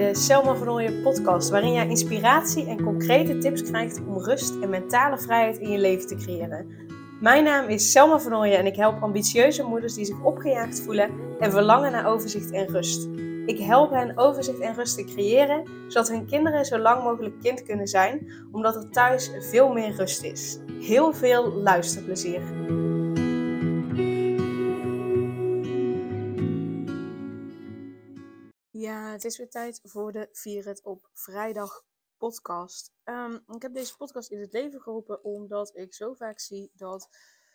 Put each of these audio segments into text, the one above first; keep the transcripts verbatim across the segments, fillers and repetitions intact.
de Selma van Ooyen podcast, waarin jij inspiratie en concrete tips krijgt om rust en mentale vrijheid in je leven te creëren. Mijn naam is Selma van Ooyen en ik help ambitieuze moeders die zich opgejaagd voelen en verlangen naar overzicht en rust. Ik help hen overzicht en rust te creëren, zodat hun kinderen zo lang mogelijk kind kunnen zijn, omdat er thuis veel meer rust is. Heel veel luisterplezier! Ja, het is weer tijd voor de Vier het op vrijdag podcast. Um, ik heb deze podcast in het leven geroepen omdat ik zo vaak zie dat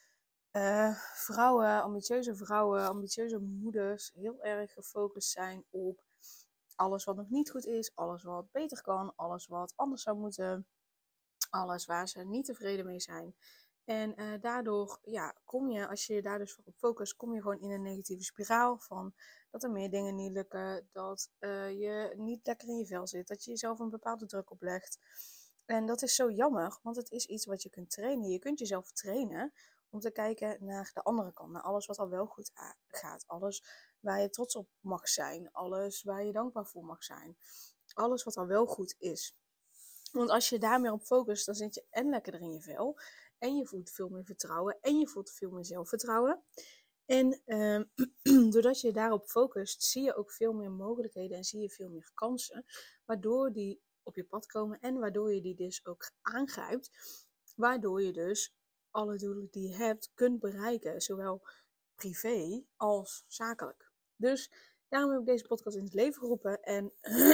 uh, vrouwen, ambitieuze vrouwen, ambitieuze moeders heel erg gefocust zijn op alles wat nog niet goed is, alles wat beter kan, alles wat anders zou moeten, alles waar ze niet tevreden mee zijn. En uh, daardoor ja, kom je, als je je daar dus op focust, kom je gewoon in een negatieve spiraal van dat er meer dingen niet lukken, dat uh, je niet lekker in je vel zit, dat je jezelf een bepaalde druk oplegt. En dat is zo jammer, want het is iets wat je kunt trainen. Je kunt jezelf trainen om te kijken naar de andere kant, naar alles wat al wel goed gaat, alles waar je trots op mag zijn, alles waar je dankbaar voor mag zijn, alles wat al wel goed is. Want als je daar meer op focust, dan zit je en lekkerder in je vel. En je voelt veel meer vertrouwen. En je voelt veel meer zelfvertrouwen. En uh, doordat je daarop focust, zie je ook veel meer mogelijkheden en zie je veel meer kansen. Waardoor die op je pad komen en waardoor je die dus ook aangrijpt. Waardoor je dus alle doelen die je hebt kunt bereiken. Zowel privé als zakelijk. Dus daarom heb ik deze podcast in het leven geroepen. En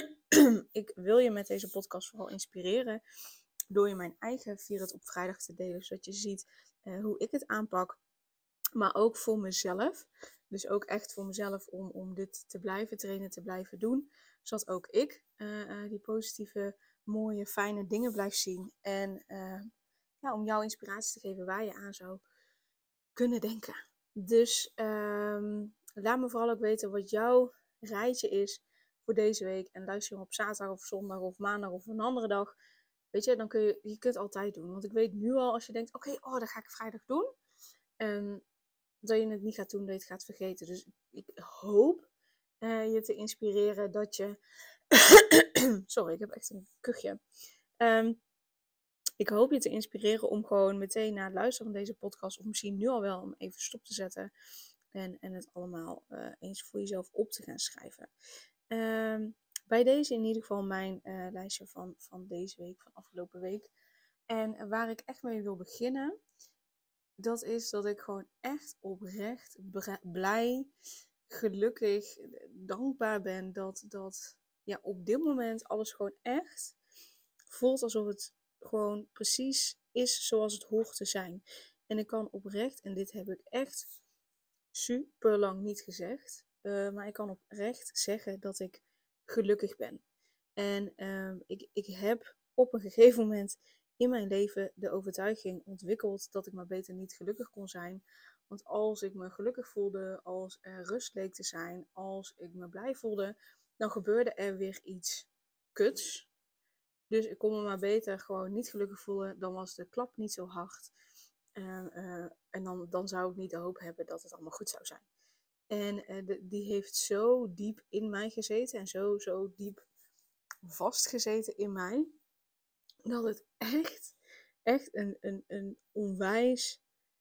ik wil je met deze podcast vooral inspireren door je mijn eigen Vier het op vrijdag te delen, zodat je ziet uh, hoe ik het aanpak, maar ook voor mezelf. Dus ook echt voor mezelf om, om dit te blijven trainen, te blijven doen, zodat ook ik uh, uh, die positieve, mooie, fijne dingen blijf zien en uh, ja, om jou inspiratie te geven waar je aan zou kunnen denken. Dus um, laat me vooral ook weten wat jouw rijtje is voor deze week. En luister je op zaterdag of zondag of maandag of een andere dag. Weet je, dan kun je, je kunt het altijd doen. Want ik weet nu al, als je denkt, oké, okay, oh, dat ga ik vrijdag doen. En dat je het niet gaat doen, dat je het gaat vergeten. Dus ik hoop uh, je te inspireren dat je... Sorry, ik heb echt een kuchje. Um, ik hoop je te inspireren om gewoon meteen na het luisteren van deze podcast, of misschien nu al wel, om even stop te zetten. En, en het allemaal uh, eens voor jezelf op te gaan schrijven. Um, Bij deze in ieder geval mijn uh, lijstje van, van deze week, van afgelopen week. En waar ik echt mee wil beginnen, dat is dat ik gewoon echt oprecht blij, gelukkig, dankbaar ben dat, dat ja, op dit moment alles gewoon echt voelt alsof het gewoon precies is zoals het hoort te zijn. En ik kan oprecht, en dit heb ik echt super lang niet gezegd, uh, maar ik kan oprecht zeggen dat ik gelukkig ben. En uh, ik, ik heb op een gegeven moment in mijn leven de overtuiging ontwikkeld dat ik maar beter niet gelukkig kon zijn. Want als ik me gelukkig voelde, als er rust leek te zijn, als ik me blij voelde, dan gebeurde er weer iets kuts. Dus ik kon me maar beter gewoon niet gelukkig voelen, dan was de klap niet zo hard. Uh, uh, en dan, dan zou ik niet de hoop hebben dat het allemaal goed zou zijn. En uh, de, die heeft zo diep in mij gezeten en zo, zo diep vastgezeten in mij, dat het echt, echt een, een, een onwijs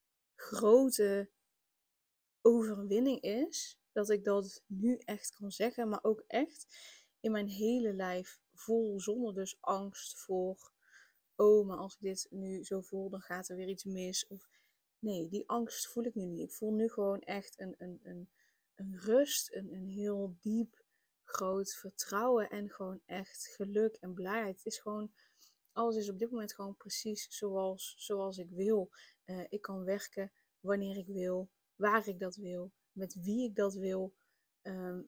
grote overwinning is. Dat ik dat nu echt kan zeggen, maar ook echt in mijn hele lijf voel, zonder dus angst voor, oh, maar als ik dit nu zo voel, dan gaat er weer iets mis. Of nee, die angst voel ik nu niet. Ik voel nu gewoon echt een, een, een, een rust, een, een heel diep, groot vertrouwen en gewoon echt geluk en blijheid. Het is gewoon, alles is op dit moment gewoon precies zoals, zoals ik wil. Uh, ik kan werken wanneer ik wil, waar ik dat wil, met wie ik dat wil. Um,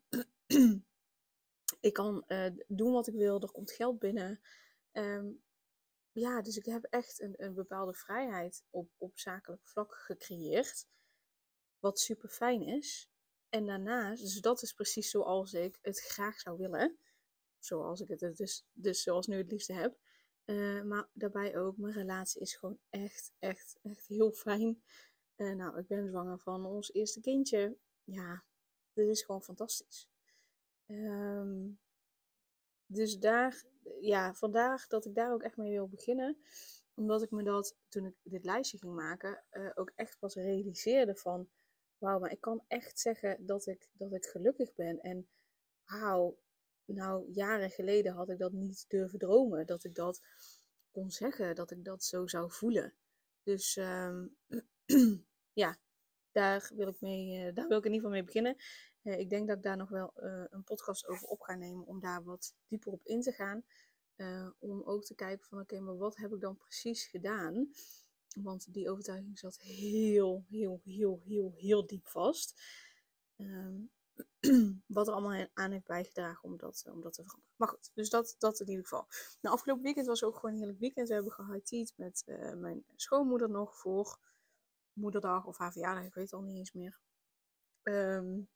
ik kan uh, doen wat ik wil, er komt geld binnen. Um, ja, dus ik heb echt een, een bepaalde vrijheid op, op zakelijk vlak gecreëerd. Wat super fijn is. En daarnaast, dus dat is precies zoals ik het graag zou willen. Zoals ik het dus, dus zoals nu het liefste heb. Uh, maar daarbij ook, mijn relatie is gewoon echt, echt, echt heel fijn. Uh, nou, ik ben zwanger van ons eerste kindje. Ja, dit is gewoon fantastisch. Um, dus daar, ja, vandaag dat ik daar ook echt mee wil beginnen. Omdat ik me dat, toen ik dit lijstje ging maken, uh, ook echt pas realiseerde van, wauw, maar ik kan echt zeggen dat ik, dat ik gelukkig ben. En wauw, nou, jaren geleden had ik dat niet durven dromen. Dat ik dat kon zeggen, dat ik dat zo zou voelen. Dus um, ja, daar wil ik mee, uh, daar wil ik in ieder geval mee beginnen. Uh, ik denk dat ik daar nog wel uh, een podcast over op ga nemen om daar wat dieper op in te gaan. Uh, om ook te kijken van oké, okay, maar wat heb ik dan precies gedaan? Want die overtuiging zat heel, heel, heel, heel, heel diep vast. Um, wat er allemaal aan heeft bijgedragen om dat, om dat te veranderen. Maar goed, dus dat, dat in ieder geval. Nou, afgelopen weekend was ook gewoon een heerlijk weekend. We hebben gehightailed met uh, mijn schoonmoeder nog voor moederdag of haar verjaardag. Ik weet het al niet eens meer. Um,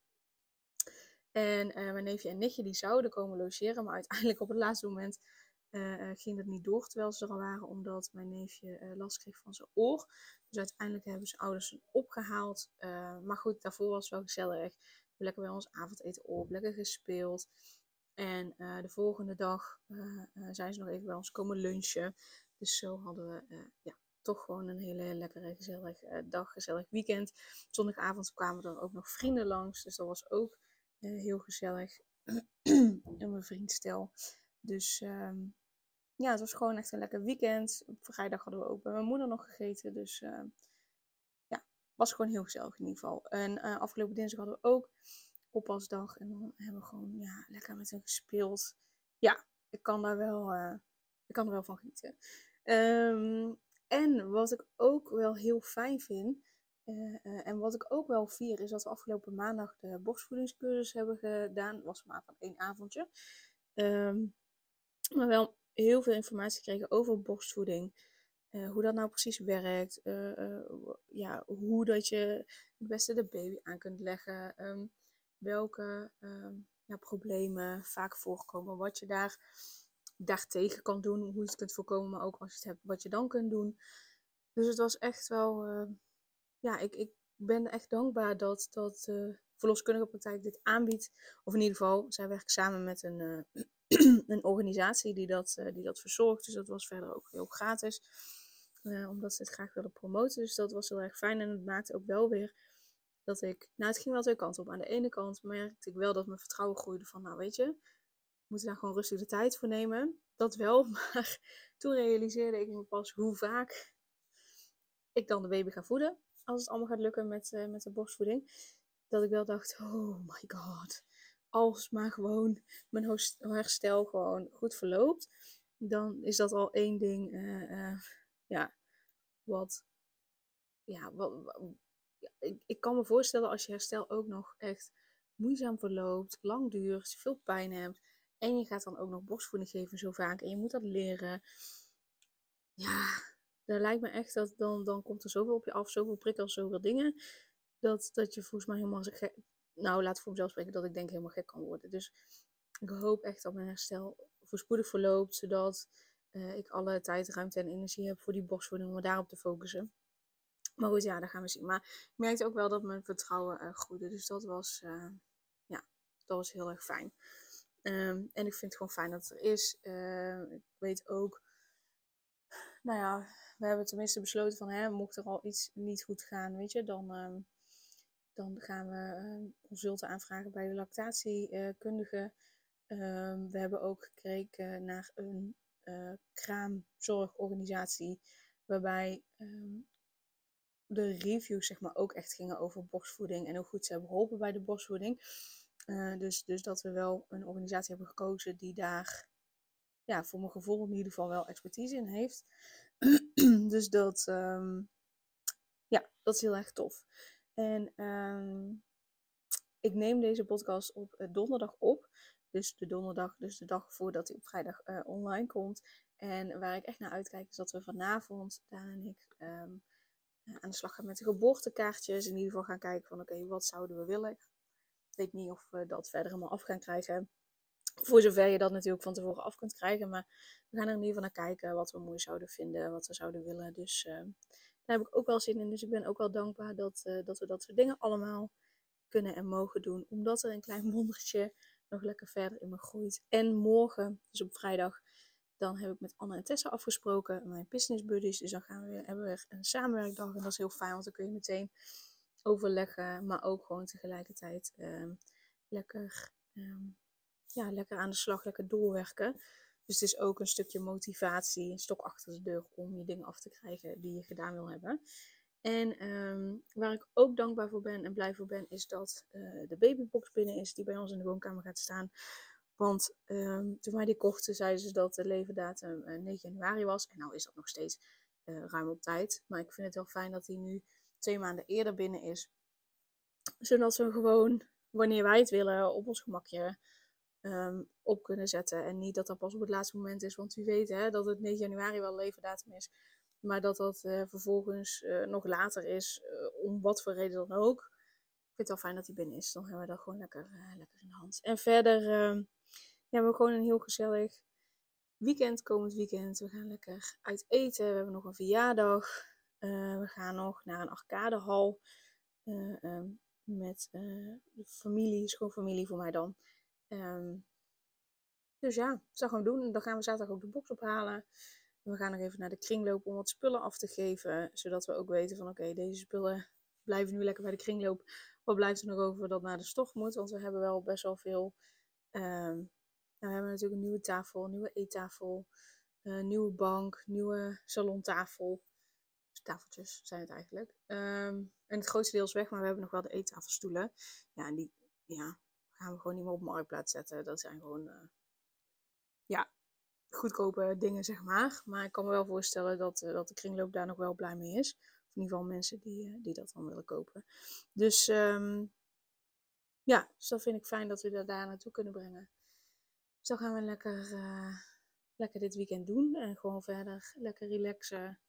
en uh, mijn neefje en nichtje die zouden komen logeren. Maar uiteindelijk op het laatste moment uh, ging dat niet door terwijl ze er al waren. Omdat mijn neefje uh, last kreeg van zijn oor. Dus uiteindelijk hebben zijn ouders hem opgehaald. Uh, maar goed, daarvoor was het wel gezellig. Lekker bij ons avondeten op, lekker gespeeld. En uh, de volgende dag uh, uh, zijn ze nog even bij ons komen lunchen. Dus zo hadden we uh, ja, toch gewoon een hele lekkere, gezellig uh, dag, gezellig weekend. Zondagavond kwamen er ook nog vrienden langs. Dus dat was ook uh, heel gezellig. En mijn vriend stel. Dus um, ja, het was gewoon echt een lekker weekend. Op vrijdag hadden we ook bij mijn moeder nog gegeten. Dus uh, ja, was gewoon heel gezellig in ieder geval. En uh, afgelopen dinsdag hadden we ook oppasdag. En dan hebben we gewoon ja, lekker met hen gespeeld. Ja, ik kan daar wel, uh, ik kan er wel van genieten. Um, en wat ik ook wel heel fijn vind. Uh, uh, en wat ik ook wel vier is dat we afgelopen maandag de borstvoedingscursus hebben gedaan. Het was maar van één avondje. Um, maar wel heel veel informatie gekregen over borstvoeding. Uh, hoe dat nou precies werkt. Uh, uh, ja, hoe dat je het beste de baby aan kunt leggen. Um, welke um, ja, problemen vaak voorkomen. Wat je daar, daartegen kan doen. Hoe je het kunt voorkomen. Maar ook als je het hebt, wat je dan kunt doen. Dus het was echt wel... Uh, ja, ik, ik ben echt dankbaar dat, dat uh, verloskundige praktijk dit aanbiedt. Of in ieder geval, zij werkt samen met een... Uh, een organisatie die dat, uh, die dat verzorgt. Dus dat was verder ook heel gratis. Uh, omdat ze het graag willen promoten. Dus dat was heel erg fijn. En het maakte ook wel weer dat ik... Nou, het ging wel twee kanten op. Aan de ene kant merkte ik wel dat mijn vertrouwen groeide van... Nou, weet je, we moeten daar gewoon rustig de tijd voor nemen. Dat wel. Maar toen realiseerde ik me pas hoe vaak ik dan de baby ga voeden. Als het allemaal gaat lukken met, uh, met de borstvoeding. Dat ik wel dacht, oh my god... Als maar gewoon mijn herstel gewoon goed verloopt, dan is dat al één ding, uh, uh, ja, wat, ja, wat, wat ja, ik, ik kan me voorstellen als je herstel ook nog echt moeizaam verloopt, lang duurt, veel pijn hebt, en je gaat dan ook nog borstvoeding geven zo vaak, en je moet dat leren, ja, dat lijkt me echt dat dan, dan komt er zoveel op je af, zoveel prikkels, zoveel dingen, dat, dat je volgens mij helemaal gek, nou, laat ik voor mezelf spreken dat ik denk helemaal gek kan worden. Dus ik hoop echt dat mijn herstel voorspoedig verloopt, zodat uh, ik alle tijd, ruimte en energie heb voor die borstvoeding om me daarop te focussen. Maar goed, ja, dat gaan we zien. Maar ik merkte ook wel dat mijn vertrouwen uh, groeide. Dus dat was, uh, ja, dat was heel erg fijn. Um, en ik vind het gewoon fijn dat het er is. Uh, ik weet ook, nou ja, we hebben tenminste besloten van, hè, mocht er al iets niet goed gaan, weet je, dan... Um, Dan gaan we uh, consulten aanvragen bij de lactatiekundige. Uh, um, we hebben ook gekeken naar een uh, kraamzorgorganisatie. Waarbij um, de reviews zeg maar, ook echt gingen over borstvoeding. En hoe goed ze hebben geholpen bij de borstvoeding. Uh, dus, dus dat we wel een organisatie hebben gekozen die daar... Ja, voor mijn gevoel in ieder geval wel expertise in heeft. Dus dat... Um, ja, dat is heel erg tof. En um, ik neem deze podcast op uh, donderdag op. Dus de donderdag, dus de dag voordat hij op vrijdag uh, online komt. En waar ik echt naar uitkijk is dat we vanavond, Daan en ik, um, uh, aan de slag gaan met de geboortekaartjes. In ieder geval gaan kijken van oké, okay, wat zouden we willen. Ik weet niet of we dat verder helemaal af gaan krijgen. Voor zover je dat natuurlijk van tevoren af kunt krijgen. Maar we gaan er in ieder geval naar kijken wat we mooi zouden vinden, wat we zouden willen. Dus uh, daar heb ik ook wel zin in. Dus ik ben ook wel dankbaar dat, uh, dat we dat soort dingen allemaal kunnen en mogen doen. Omdat er een klein wondertje nog lekker verder in me groeit. En morgen, dus op vrijdag, dan heb ik met Anne en Tessa afgesproken, mijn business buddies. Dus dan gaan we weer, hebben we weer een samenwerkdag. En dat is heel fijn, want dan kun je meteen overleggen. Maar ook gewoon tegelijkertijd um, lekker, um, ja, lekker aan de slag, lekker doorwerken. Dus het is ook een stukje motivatie, een stok achter de deur om je dingen af te krijgen die je gedaan wil hebben. En um, waar ik ook dankbaar voor ben en blij voor ben, is dat uh, de babybox binnen is die bij ons in de woonkamer gaat staan. Want um, toen wij die kochten, zeiden ze dat de leverdatum uh, negen januari was. En nou is dat nog steeds uh, ruim op tijd. Maar ik vind het heel fijn dat die nu twee maanden eerder binnen is. Zodat we gewoon, wanneer wij het willen, op ons gemakje um, op kunnen zetten. En niet dat dat pas op het laatste moment is. Want wie weet hè, dat het negen januari wel leverdatum is. Maar dat dat uh, vervolgens uh, nog later is, uh, om wat voor reden dan ook. Ik vind het wel fijn dat die binnen is. Dan hebben we dat gewoon lekker, uh, lekker in de hand. En verder uh, ja, we hebben gewoon een heel gezellig weekend komend weekend. We gaan lekker uit eten. We hebben nog een verjaardag. Uh, we gaan nog naar een arcadehal. Uh, um, met uh, de familie, schoonfamilie voor mij dan. Um, dus ja, dat gaan we doen. Dan gaan we zaterdag ook de box ophalen. We gaan nog even naar de kringloop om wat spullen af te geven. Zodat we ook weten van oké, okay, deze spullen blijven nu lekker bij de kringloop. Wat blijft er nog over dat naar de stof moet? Want we hebben wel best wel veel. Um, nou, we hebben natuurlijk een nieuwe tafel, een nieuwe eettafel. Een nieuwe bank, nieuwe salontafel. Dus tafeltjes zijn het eigenlijk. Um, en het grootste deel is weg, maar we hebben nog wel de eettafelstoelen. Ja, en die ja, gaan we gewoon niet meer op marktplaats zetten. Dat zijn gewoon uh, ja, goedkope dingen, zeg maar. Maar ik kan me wel voorstellen dat, uh, dat de kringloop daar nog wel blij mee is. Of in ieder geval mensen die, uh, die dat dan willen kopen. Dus um, ja, dus dat vind ik fijn dat we dat daar naartoe kunnen brengen. Dus dan gaan we lekker, uh, lekker dit weekend doen. En gewoon verder lekker relaxen.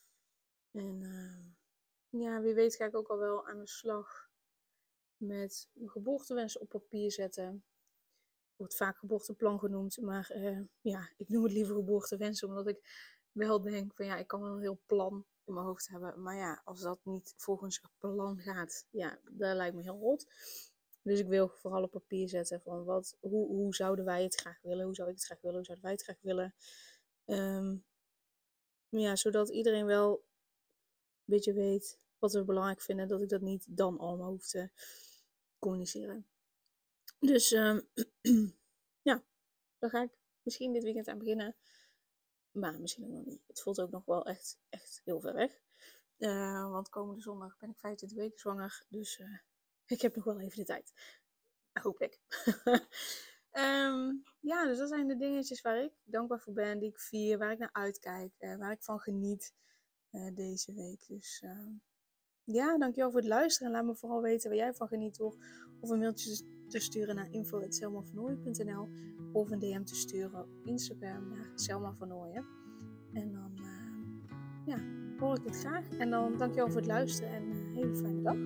En uh, ja, wie weet ga ik ook al wel aan de slag met mijn geboortewensen op papier zetten. Wordt vaak geboorteplan genoemd, maar uh, ja, ik noem het liever geboortewensen, omdat ik wel denk van ja, ik kan wel een heel plan in mijn hoofd hebben. Maar ja, als dat niet volgens het plan gaat, ja, dat lijkt me heel rot. Dus ik wil vooral op papier zetten van wat, hoe, hoe zouden wij het graag willen, hoe zou ik het graag willen, hoe zouden wij het graag willen. Um, ja, zodat iedereen wel een beetje weet wat we belangrijk vinden, dat ik dat niet dan allemaal hoef te communiceren. Dus um, ja, daar ga ik misschien dit weekend aan beginnen. Maar misschien ook nog niet. Het voelt ook nog wel echt, echt heel ver weg. Uh, want komende zondag ben ik vijfentwintig weken zwanger. Dus uh, ik heb nog wel even de tijd. Hoop ik. um, ja, dus dat zijn de dingetjes waar ik dankbaar voor ben. Die ik vier, waar ik naar uitkijk. Uh, waar ik van geniet uh, deze week. Dus uh, ja, dankjewel voor het luisteren. En laat me vooral weten waar jij van geniet door. Of een mailtje te sturen naar info at selmavernooyen punt n l of een D M te sturen op Instagram naar Selma van Nooyen. En dan uh, ja, hoor ik het graag. En dan dankjewel voor het luisteren en een hele fijne dag.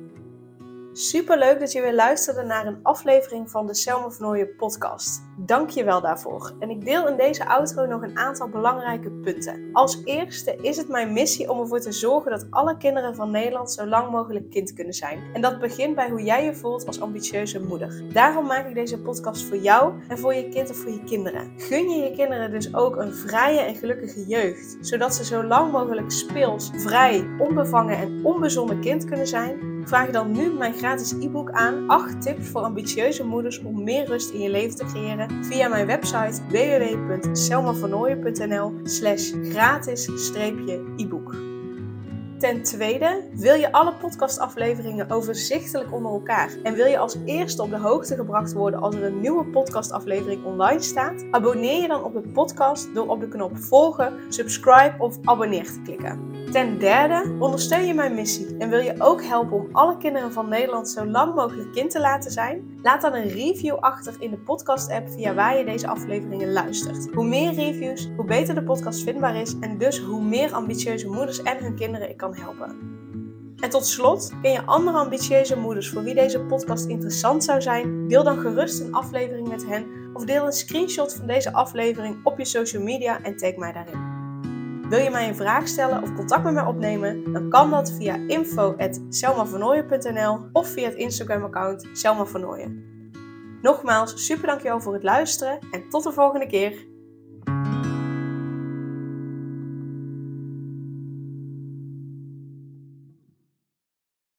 Super leuk dat je weer luisterde naar een aflevering van de Selma van Nooyen podcast. Dank je wel daarvoor. En ik deel in deze outro nog een aantal belangrijke punten. Als eerste is het mijn missie om ervoor te zorgen dat alle kinderen van Nederland zo lang mogelijk kind kunnen zijn. En dat begint bij hoe jij je voelt als ambitieuze moeder. Daarom maak ik deze podcast voor jou en voor je kind of voor je kinderen. Gun je je kinderen dus ook een vrije en gelukkige jeugd. Zodat ze zo lang mogelijk speels, vrij, onbevangen en onbezonnen kind kunnen zijn. Vraag dan nu mijn gratis e-book aan acht tips voor ambitieuze moeders om meer rust in je leven te creëren via mijn website w w w punt selmavernooyen punt n l slash gratis streepje e-book. Ten tweede, wil je alle podcastafleveringen overzichtelijk onder elkaar en wil je als eerste op de hoogte gebracht worden als er een nieuwe podcastaflevering online staat? Abonneer je dan op de podcast door op de knop volgen, subscribe of abonneer te klikken. Ten derde, ondersteun je mijn missie en wil je ook helpen om alle kinderen van Nederland zo lang mogelijk kind te laten zijn? Laat dan een review achter in de podcast-app via waar je deze afleveringen luistert. Hoe meer reviews, hoe beter de podcast vindbaar is en dus hoe meer ambitieuze moeders en hun kinderen ik kan helpen. En tot slot, ken je andere ambitieuze moeders voor wie deze podcast interessant zou zijn? Deel dan gerust een aflevering met hen of deel een screenshot van deze aflevering op je social media en tag mij daarin. Wil je mij een vraag stellen of contact met mij opnemen? Dan kan dat via info at selmavernooyen punt n l of via het Instagram account Selma van Nooyen. Nogmaals, super dankjewel voor het luisteren en tot de volgende keer.